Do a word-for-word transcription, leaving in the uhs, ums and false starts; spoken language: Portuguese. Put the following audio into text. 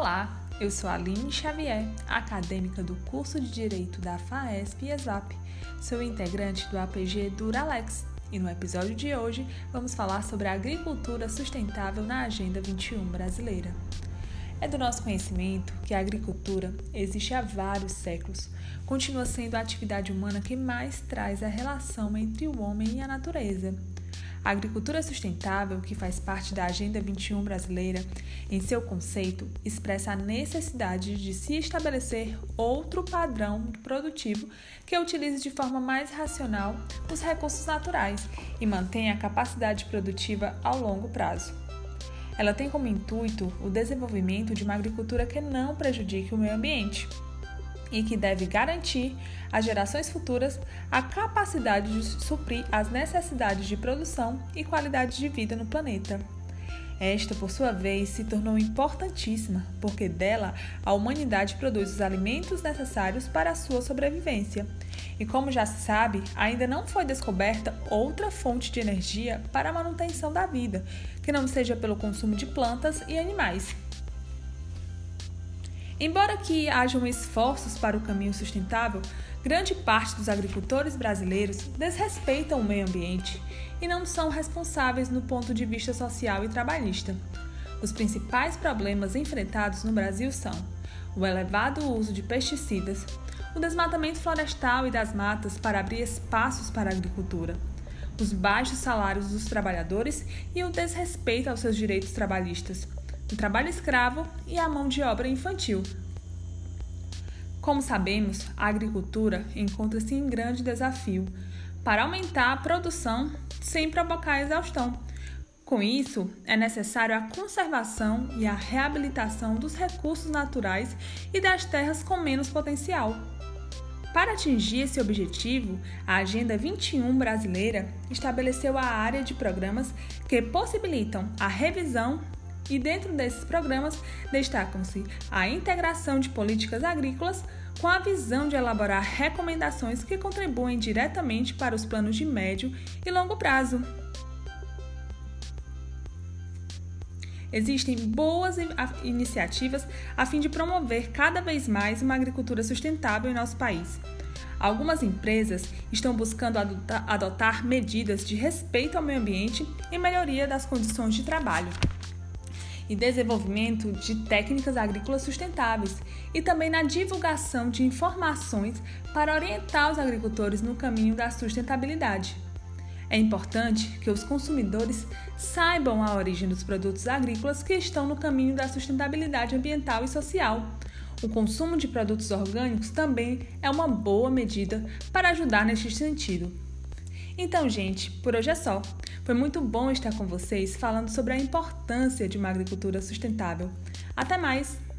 Olá, eu sou Aline Xavier, acadêmica do curso de Direito da FAESP e ESAP. Sou integrante do A P G Duralex e no episódio de hoje vamos falar sobre a agricultura sustentável na Agenda vinte e um brasileira. É do nosso conhecimento que a agricultura existe há vários séculos, continua sendo a atividade humana que mais traz a relação entre o homem e a natureza. A agricultura sustentável, que faz parte da Agenda vinte e um brasileira, em seu conceito, expressa a necessidade de se estabelecer outro padrão produtivo que utilize de forma mais racional os recursos naturais e mantenha a capacidade produtiva ao longo prazo. Ela tem como intuito o desenvolvimento de uma agricultura que não prejudique o meio ambiente e que deve garantir às gerações futuras a capacidade de suprir as necessidades de produção e qualidade de vida no planeta. Esta, por sua vez, se tornou importantíssima, porque dela a humanidade produz os alimentos necessários para a sua sobrevivência. E como já se sabe, ainda não foi descoberta outra fonte de energia para a manutenção da vida, que não seja pelo consumo de plantas e animais. Embora que hajam esforços para o caminho sustentável, grande parte dos agricultores brasileiros desrespeitam o meio ambiente e não são responsáveis no ponto de vista social e trabalhista. Os principais problemas enfrentados no Brasil são o elevado uso de pesticidas, o desmatamento florestal e das matas para abrir espaços para a agricultura, os baixos salários dos trabalhadores e o desrespeito aos seus direitos trabalhistas, o trabalho escravo e a mão de obra infantil. Como sabemos, a agricultura encontra-se em grande desafio para aumentar a produção sem provocar exaustão. Com isso, é necessário a conservação e a reabilitação dos recursos naturais e das terras com menos potencial. Para atingir esse objetivo, a Agenda vinte e um brasileira estabeleceu a área de programas que possibilitam a revisão e dentro desses programas destacam-se a integração de políticas agrícolas com a visão de elaborar recomendações que contribuem diretamente para os planos de médio e longo prazo. Existem boas iniciativas a fim de promover cada vez mais uma agricultura sustentável em nosso país. Algumas empresas estão buscando adotar medidas de respeito ao meio ambiente e melhoria das condições de trabalho e desenvolvimento de técnicas agrícolas sustentáveis e também na divulgação de informações para orientar os agricultores no caminho da sustentabilidade. É importante que os consumidores saibam a origem dos produtos agrícolas que estão no caminho da sustentabilidade ambiental e social. O consumo de produtos orgânicos também é uma boa medida para ajudar neste sentido. Então, gente, por hoje é só. Foi muito bom estar com vocês falando sobre a importância de uma agricultura sustentável. Até mais!